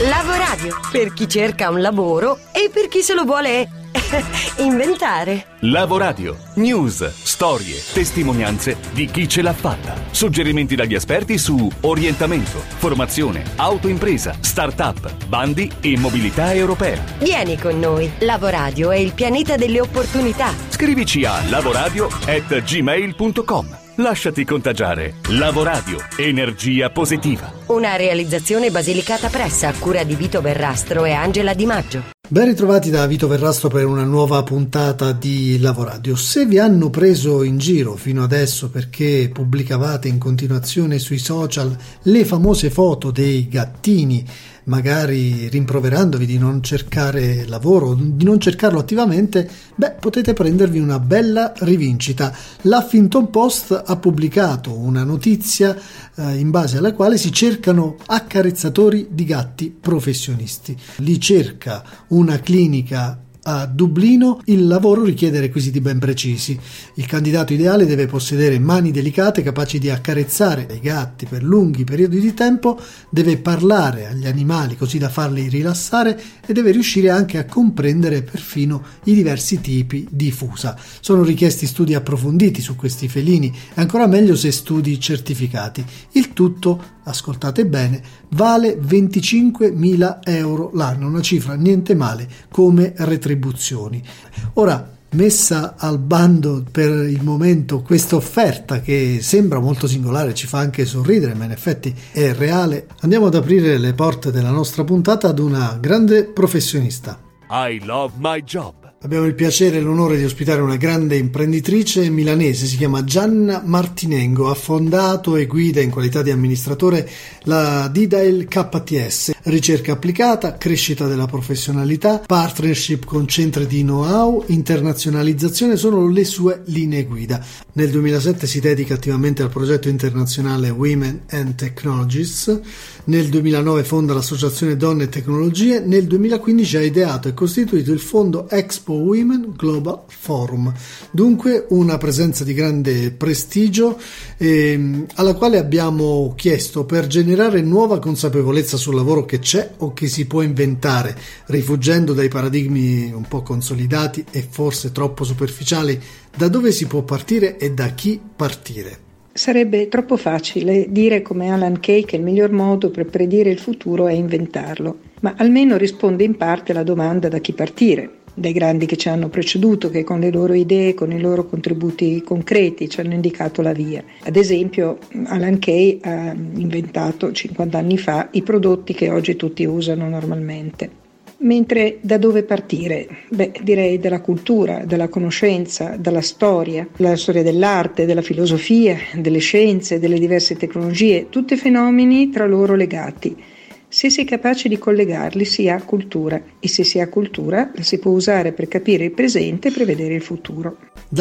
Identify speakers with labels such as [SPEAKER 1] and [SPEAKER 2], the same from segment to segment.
[SPEAKER 1] Lavoradio, per chi cerca un lavoro e per chi se lo vuole inventare.
[SPEAKER 2] Lavoradio, news, storie, testimonianze di chi ce l'ha fatta. Suggerimenti dagli esperti su orientamento, formazione, autoimpresa, start-up, bandi e mobilità europea.
[SPEAKER 1] Vieni con noi. Lavoradio è il pianeta delle opportunità.
[SPEAKER 2] Scrivici a lavoradio@gmail.com. Lasciati contagiare. Lavoradio, energia positiva.
[SPEAKER 1] Una realizzazione Basilicata Press a cura di Vito Verrastro e Angela Di Maggio.
[SPEAKER 3] Ben ritrovati da Vito Verrastro per una nuova puntata di Lavoradio. Se vi hanno preso in giro fino adesso perché pubblicavate in continuazione sui social le famose foto dei gattini, magari rimproverandovi di non cercare lavoro, di non cercarlo attivamente, potete prendervi una bella rivincita. L'Huffington Post ha pubblicato una notizia in base alla quale si cercano accarezzatori di gatti professionisti. Li cerca una clinica a Dublino. Il lavoro richiede requisiti ben precisi. Il candidato ideale deve possedere mani delicate capaci di accarezzare i gatti per lunghi periodi di tempo, deve parlare agli animali così da farli rilassare e deve riuscire anche a comprendere perfino i diversi tipi di fusa. Sono richiesti studi approfonditi su questi felini e ancora meglio se studi certificati. Il tutto, ascoltate bene, vale 25.000 euro l'anno, una cifra niente male come retribuzioni. Ora, messa al bando per il momento questa offerta che sembra molto singolare, ci fa anche sorridere, ma in effetti è reale, andiamo ad aprire le porte della nostra puntata ad una grande professionista.
[SPEAKER 2] I love my job.
[SPEAKER 3] Abbiamo il piacere e l'onore di ospitare una grande imprenditrice milanese, si chiama Gianna Martinengo, ha fondato e guida in qualità di amministratore la Didael KTS, ricerca applicata, crescita della professionalità, partnership con centri di know-how, internazionalizzazione sono le sue linee guida. Nel 2007 si dedica attivamente al progetto internazionale Women and Technologies, nel 2009 fonda l'associazione Donne e Tecnologie, nel 2015 ha ideato e costituito il fondo Expo Women Global Forum, dunque una presenza di grande prestigio alla quale abbiamo chiesto, per generare nuova consapevolezza sul lavoro che c'è o che si può inventare, rifuggendo dai paradigmi un po' consolidati e forse troppo superficiali, da dove si può partire e da chi partire.
[SPEAKER 4] Sarebbe troppo facile dire come Alan Kay che il miglior modo per predire il futuro è inventarlo, ma almeno risponde in parte alla domanda da chi partire, dai grandi che ci hanno preceduto, che con le loro idee, con i loro contributi concreti ci hanno indicato la via. Ad esempio, Alan Kay ha inventato 50 anni fa i prodotti che oggi tutti usano normalmente. Mentre da dove partire? Direi dalla cultura, dalla conoscenza, dalla storia dell'arte, della filosofia, delle scienze, delle diverse tecnologie, tutti fenomeni tra loro legati. Se si è capaci di collegarli si ha cultura, e se si ha cultura la si può usare per capire il presente e prevedere il futuro.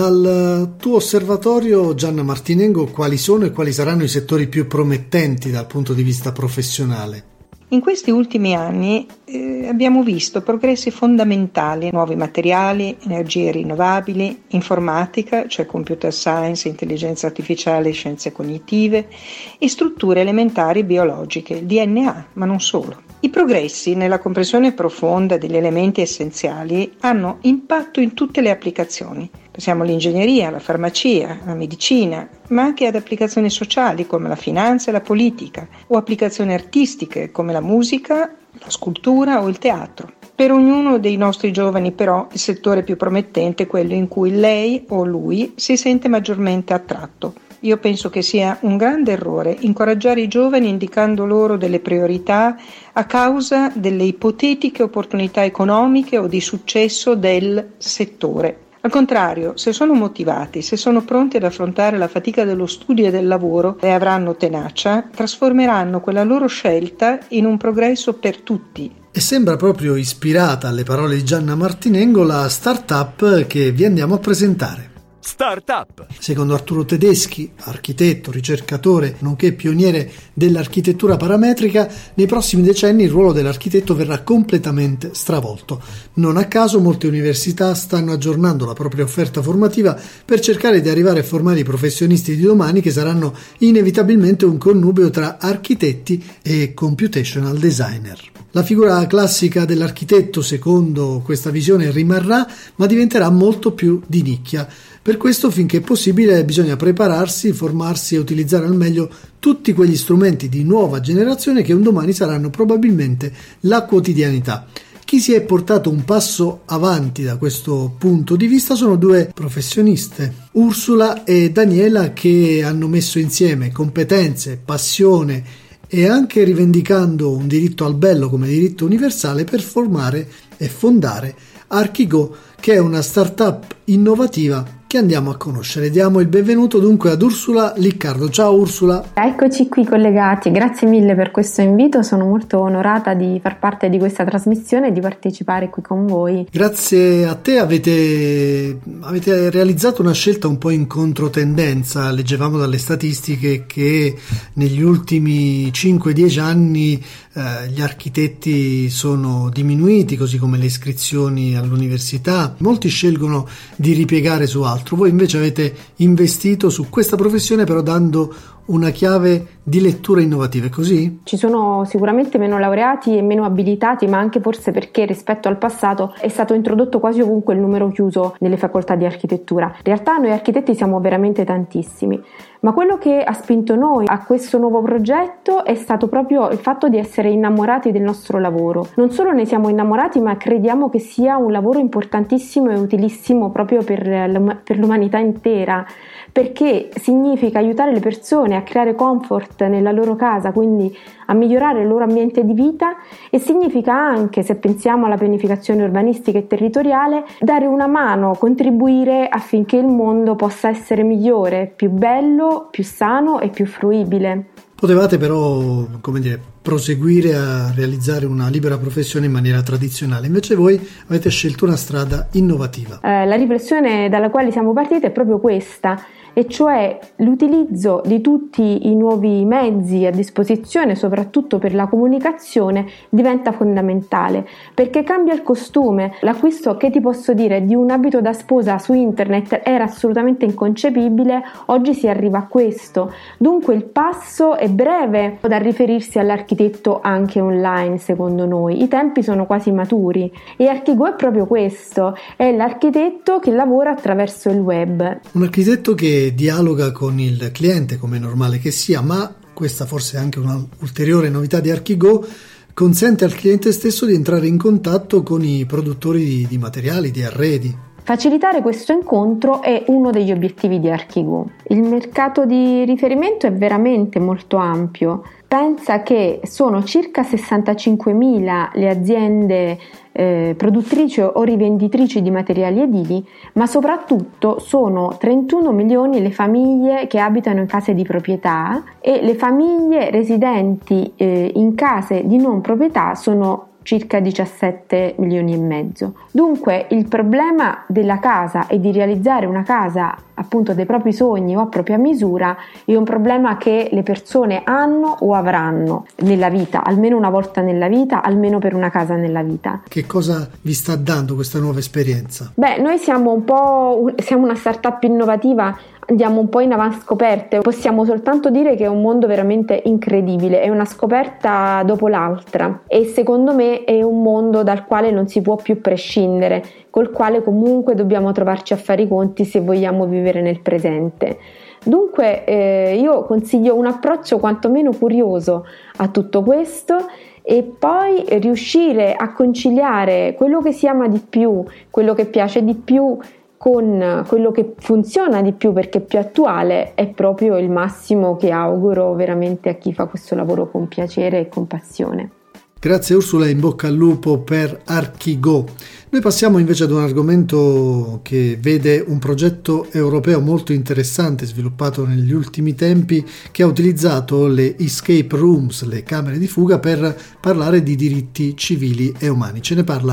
[SPEAKER 3] Dal tuo osservatorio, Gianna Martinengo, quali sono e quali saranno i settori più promettenti dal punto di vista professionale?
[SPEAKER 4] In questi ultimi anni abbiamo visto progressi fondamentali, nuovi materiali, energie rinnovabili, informatica, cioè computer science, intelligenza artificiale, scienze cognitive e strutture elementari biologiche, il DNA, ma non solo. I progressi nella comprensione profonda degli elementi essenziali hanno impatto in tutte le applicazioni. Pensiamo all'ingegneria, alla farmacia, alla medicina, ma anche ad applicazioni sociali come la finanza e la politica, o applicazioni artistiche come la musica, la scultura o il teatro. Per ognuno dei nostri giovani, però, il settore più promettente è quello in cui lei o lui si sente maggiormente attratto. Io penso che sia un grande errore incoraggiare i giovani indicando loro delle priorità a causa delle ipotetiche opportunità economiche o di successo del settore. Al contrario, se sono motivati, se sono pronti ad affrontare la fatica dello studio e del lavoro e avranno tenacia, trasformeranno quella loro scelta in un progresso per tutti.
[SPEAKER 3] E sembra proprio ispirata alle parole di Gianna Martinengo la startup che vi andiamo a presentare.
[SPEAKER 2] Startup.
[SPEAKER 3] Secondo Arturo Tedeschi, architetto, ricercatore, nonché pioniere dell'architettura parametrica, nei prossimi decenni il ruolo dell'architetto verrà completamente stravolto. Non a caso molte università stanno aggiornando la propria offerta formativa per cercare di arrivare a formare i professionisti di domani, che saranno inevitabilmente un connubio tra architetti e computational designer. La figura classica dell'architetto, secondo questa visione, rimarrà, ma diventerà molto più di nicchia. Per questo, finché è possibile, bisogna prepararsi, formarsi e utilizzare al meglio tutti quegli strumenti di nuova generazione che un domani saranno probabilmente la quotidianità. Chi si è portato un passo avanti da questo punto di vista sono due professioniste, Ursula e Daniela, che hanno messo insieme competenze, passione e anche rivendicando un diritto al bello come diritto universale per formare e fondare Archigo, che è una startup innovativa che andiamo a conoscere. Diamo il benvenuto dunque ad Ursula Liccardo. Ciao Ursula.
[SPEAKER 5] Eccoci qui collegati, grazie mille per questo invito, sono molto onorata di far parte di questa trasmissione e di partecipare qui con voi.
[SPEAKER 3] Grazie a te, avete realizzato una scelta un po' in controtendenza. Leggevamo dalle statistiche che negli ultimi 5-10 anni gli architetti sono diminuiti, così come le iscrizioni all'università. Molti scelgono di ripiegare su altro. Voi invece avete investito su questa professione, però dando una chiave di lettura innovativa, è così?
[SPEAKER 5] Ci sono sicuramente meno laureati e meno abilitati, ma anche forse perché rispetto al passato è stato introdotto quasi ovunque il numero chiuso nelle facoltà di architettura. In realtà noi architetti siamo veramente tantissimi, ma quello che ha spinto noi a questo nuovo progetto è stato proprio il fatto di essere innamorati del nostro lavoro. Non solo ne siamo innamorati, ma crediamo che sia un lavoro importantissimo e utilissimo proprio per l'umanità intera, perché significa aiutare le persone a creare comfort nella loro casa, quindi a migliorare il loro ambiente di vita, e significa anche, se pensiamo alla pianificazione urbanistica e territoriale, dare una mano, contribuire affinché il mondo possa essere migliore, più bello, più sano e più fruibile.
[SPEAKER 3] Potevate però, proseguire a realizzare una libera professione in maniera tradizionale, invece voi avete scelto una strada innovativa.
[SPEAKER 5] La riflessione dalla quale siamo partiti è proprio questa, e cioè l'utilizzo di tutti i nuovi mezzi a disposizione, soprattutto per la comunicazione, diventa fondamentale, perché cambia il costume. L'acquisto, che ti posso dire, di un abito da sposa su internet era assolutamente inconcepibile, oggi si arriva a questo. Dunque il passo è breve da riferirsi all'architetto anche online, secondo noi. I tempi sono quasi maturi e Archigo è proprio questo, è l'architetto che lavora attraverso il web.
[SPEAKER 3] Un architetto che dialoga con il cliente, come è normale che sia, ma questa forse è anche una ulteriore novità di Archigo, consente al cliente stesso di entrare in contatto con i produttori di materiali, di arredi.
[SPEAKER 5] Facilitare questo incontro è uno degli obiettivi di Archigo. Il mercato di riferimento è veramente molto ampio. Pensa che sono circa 65.000 le aziende produttrici o rivenditrici di materiali edili, ma soprattutto sono 31 milioni le famiglie che abitano in case di proprietà, e le famiglie residenti in case di non proprietà sono circa 17 milioni e mezzo. Dunque il problema della casa e di realizzare una casa appunto dei propri sogni o a propria misura è un problema che le persone hanno o avranno nella vita, almeno una volta nella vita, almeno per una casa nella vita.
[SPEAKER 3] Che cosa vi sta dando questa nuova esperienza?
[SPEAKER 5] Noi siamo una startup innovativa, andiamo un po' in avanscoperte, possiamo soltanto dire che è un mondo veramente incredibile, è una scoperta dopo l'altra, e secondo me è un mondo dal quale non si può più prescindere, col quale comunque dobbiamo trovarci a fare i conti se vogliamo vivere nel presente. Dunque io consiglio un approccio quantomeno curioso a tutto questo, e poi riuscire a conciliare quello che si ama di più, quello che piace di più, con quello che funziona di più perché è più attuale, è proprio il massimo che auguro veramente a chi fa questo lavoro con piacere e con passione.
[SPEAKER 3] Grazie Ursula, in bocca al lupo per Archigo. Noi passiamo invece ad un argomento che vede un progetto europeo molto interessante sviluppato negli ultimi tempi, che ha utilizzato le escape rooms, le camere di fuga, per parlare di diritti civili e umani. Ce ne parla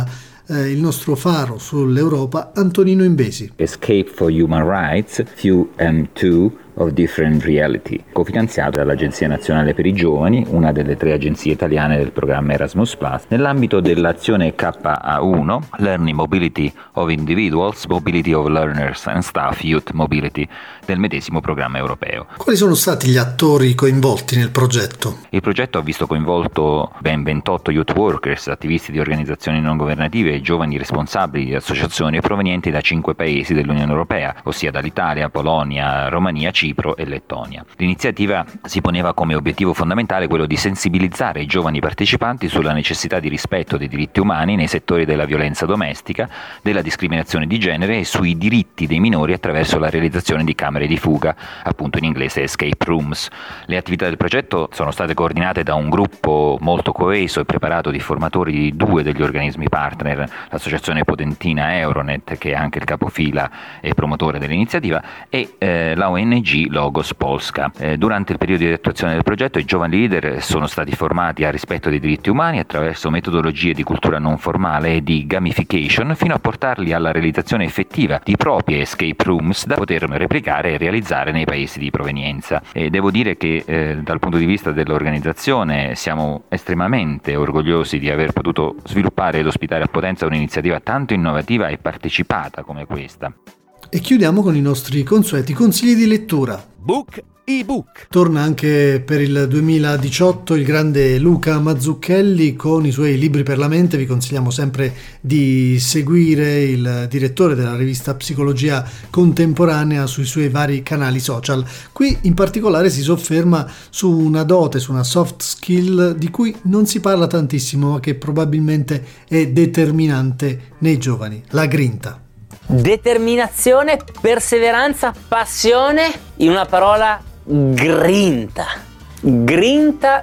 [SPEAKER 3] il nostro faro sull'Europa, Antonino Imbesi.
[SPEAKER 6] Escape for Human Rights, Few and Two of Different Reality, cofinanziato dall'Agenzia Nazionale per i Giovani, una delle 3 agenzie italiane del programma Erasmus+, nell'ambito dell'azione KA1, Learning Mobility of Individuals, Mobility of Learners and Staff, Youth Mobility, del medesimo programma europeo.
[SPEAKER 3] Quali sono stati gli attori coinvolti nel progetto?
[SPEAKER 6] Il progetto ha visto coinvolto ben 28 youth workers, attivisti di organizzazioni non governative e giovani responsabili di associazioni provenienti da 5 paesi dell'Unione Europea, ossia dall'Italia, Polonia, Romania, Cipro e Lettonia. L'iniziativa si poneva come obiettivo fondamentale quello di sensibilizzare i giovani partecipanti sulla necessità di rispetto dei diritti umani nei settori della violenza domestica, della discriminazione di genere e sui diritti dei minori attraverso la realizzazione di camere di fuga, appunto in inglese escape rooms. Le attività del progetto sono state coordinate da un gruppo molto coeso e preparato di formatori di 2 degli organismi partner, l'associazione Potentina Euronet, che è anche il capofila e promotore dell'iniziativa, e la ONG Logos Polska. Durante il periodo di attuazione del progetto i giovani leader sono stati formati al rispetto dei diritti umani attraverso metodologie di cultura non formale e di gamification, fino a portarli alla realizzazione effettiva di proprie escape rooms da poter replicare e realizzare nei paesi di provenienza. E devo dire che dal punto di vista dell'organizzazione siamo estremamente orgogliosi di aver potuto sviluppare ed ospitare a Potenza un'iniziativa tanto innovativa e partecipata come questa.
[SPEAKER 3] E chiudiamo con i nostri consueti consigli di lettura.
[SPEAKER 2] Book ebook.
[SPEAKER 3] Torna anche per il 2018 il grande Luca Mazzucchelli con i suoi libri per la mente. Vi consigliamo sempre di seguire il direttore della rivista Psicologia Contemporanea sui suoi vari canali social. Qui in particolare si sofferma su una dote, su una soft skill di cui non si parla tantissimo, ma che probabilmente è determinante nei giovani: la grinta.
[SPEAKER 7] Determinazione, perseveranza, passione, in una parola: grinta. Grinta.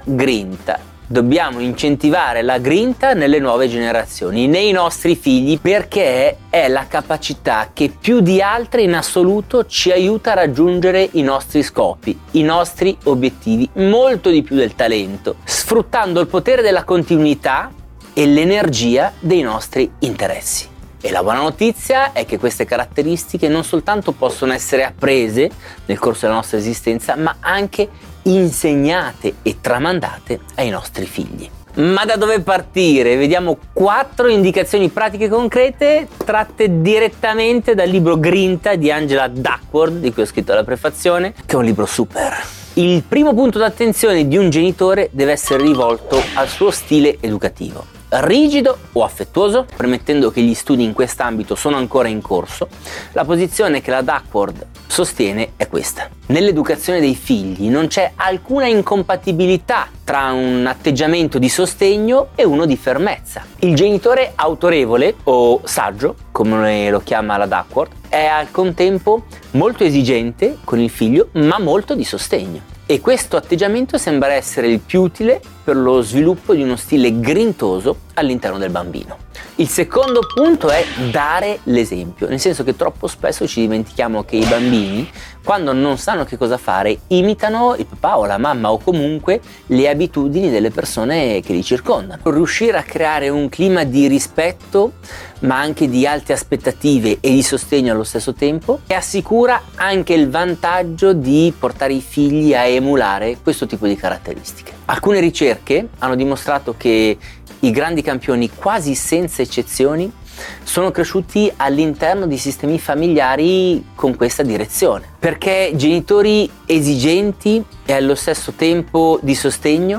[SPEAKER 7] Dobbiamo incentivare la grinta nelle nuove generazioni, nei nostri figli, perché è la capacità che più di altre in assoluto ci aiuta a raggiungere i nostri scopi, i nostri obiettivi, molto di più del talento, sfruttando il potere della continuità e l'energia dei nostri interessi. E la buona notizia è che queste caratteristiche non soltanto possono essere apprese nel corso della nostra esistenza, ma anche insegnate e tramandate ai nostri figli. Ma da dove partire? Vediamo 4 indicazioni pratiche concrete tratte direttamente dal libro Grinta di Angela Duckworth, di cui ho scritto la prefazione, che è un libro super. Il primo punto d'attenzione di un genitore deve essere rivolto al suo stile educativo. Rigido o affettuoso? Premettendo che gli studi in quest'ambito sono ancora in corso, la posizione che la Duckworth sostiene è questa: nell'educazione dei figli non c'è alcuna incompatibilità tra un atteggiamento di sostegno e uno di fermezza. Il genitore autorevole o saggio, come lo chiama la Duckworth, è al contempo molto esigente con il figlio, ma molto di sostegno. E questo atteggiamento sembra essere il più utile per lo sviluppo di uno stile grintoso all'interno del bambino. Il secondo punto è dare l'esempio, nel senso che troppo spesso ci dimentichiamo che i bambini, quando non sanno che cosa fare, imitano il papà o la mamma o comunque le abitudini delle persone che li circondano. Riuscire a creare un clima di rispetto, ma anche di alte aspettative e di sostegno allo stesso tempo, e assicura anche il vantaggio di portare i figli a emulare questo tipo di caratteristiche. Alcune ricerche hanno dimostrato che i grandi campioni, quasi senza eccezioni, sono cresciuti all'interno di sistemi familiari con questa direzione, perché genitori esigenti e allo stesso tempo di sostegno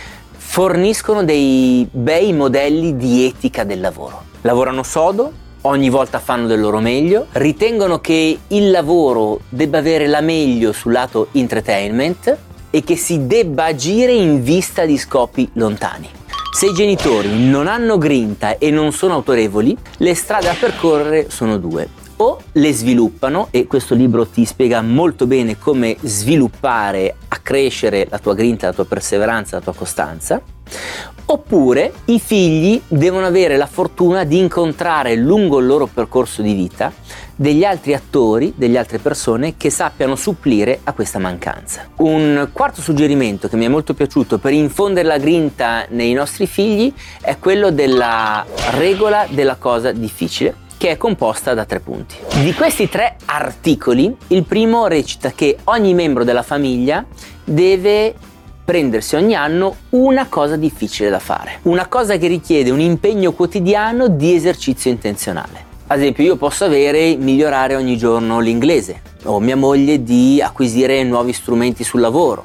[SPEAKER 7] forniscono dei bei modelli di etica del lavoro. Lavorano sodo, ogni volta fanno del loro meglio, ritengono che il lavoro debba avere la meglio sul lato entertainment e che si debba agire in vista di scopi lontani. Se i genitori non hanno grinta e non sono autorevoli, le strade da percorrere sono 2. O le sviluppano, e questo libro ti spiega molto bene come sviluppare, accrescere la tua grinta, la tua perseveranza, la tua costanza, Oppure i figli devono avere la fortuna di incontrare lungo il loro percorso di vita degli altri attori, delle altre persone che sappiano supplire a questa mancanza. Un quarto suggerimento che mi è molto piaciuto per infondere la grinta nei nostri figli è quello della regola della cosa difficile, che è composta da 3 punti. Di questi 3 articoli, il primo recita che ogni membro della famiglia deve prendersi ogni anno una cosa difficile da fare, una cosa che richiede un impegno quotidiano di esercizio intenzionale. Ad esempio, io posso migliorare ogni giorno l'inglese, o mia moglie di acquisire nuovi strumenti sul lavoro,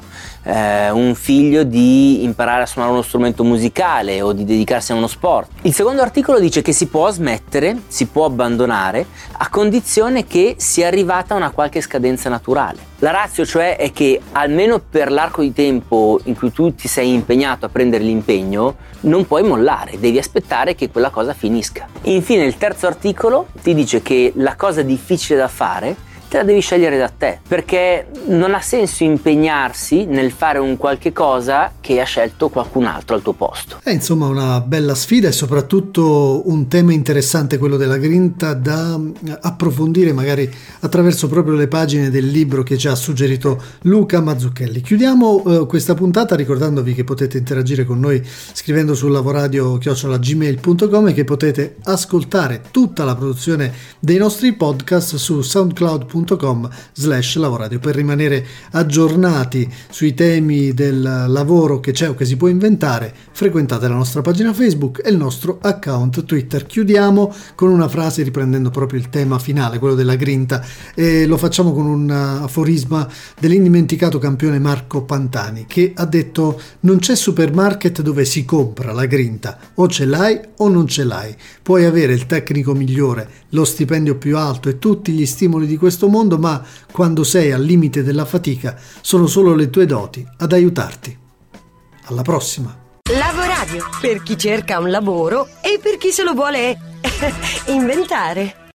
[SPEAKER 7] un figlio di imparare a suonare uno strumento musicale o di dedicarsi a uno sport. Il secondo articolo dice che si può smettere, si può abbandonare a condizione che sia arrivata a una qualche scadenza naturale. La ratio cioè è che almeno per l'arco di tempo in cui tu ti sei impegnato a prendere l'impegno non puoi mollare, devi aspettare che quella cosa finisca. Infine il terzo articolo ti dice che la cosa difficile da fare te la devi scegliere da te, perché non ha senso impegnarsi nel fare un qualche cosa che ha scelto qualcun altro al tuo posto.
[SPEAKER 3] È insomma una bella sfida e soprattutto un tema interessante, quello della grinta, da approfondire magari attraverso proprio le pagine del libro che ci ha suggerito Luca Mazzucchelli. Chiudiamo questa puntata ricordandovi che potete interagire con noi scrivendo su lavoradio@gmail.com e che potete ascoltare tutta la produzione dei nostri podcast su soundcloud.com/lavoradio. Per rimanere aggiornati sui temi del lavoro che c'è o che si può inventare, frequentate la nostra pagina Facebook e il nostro account Twitter. Chiudiamo con una frase riprendendo proprio il tema finale, quello della grinta, e lo facciamo con un aforisma dell'indimenticato campione Marco Pantani, che ha detto: non c'è supermarket dove si compra la grinta, o ce l'hai o non ce l'hai. Puoi avere il tecnico migliore, lo stipendio più alto e tutti gli stimoli di questo mondo, ma quando sei al limite della fatica sono solo le tue doti ad aiutarti. Alla prossima.
[SPEAKER 1] Lavoradio, per chi cerca un lavoro e per chi se lo vuole inventare.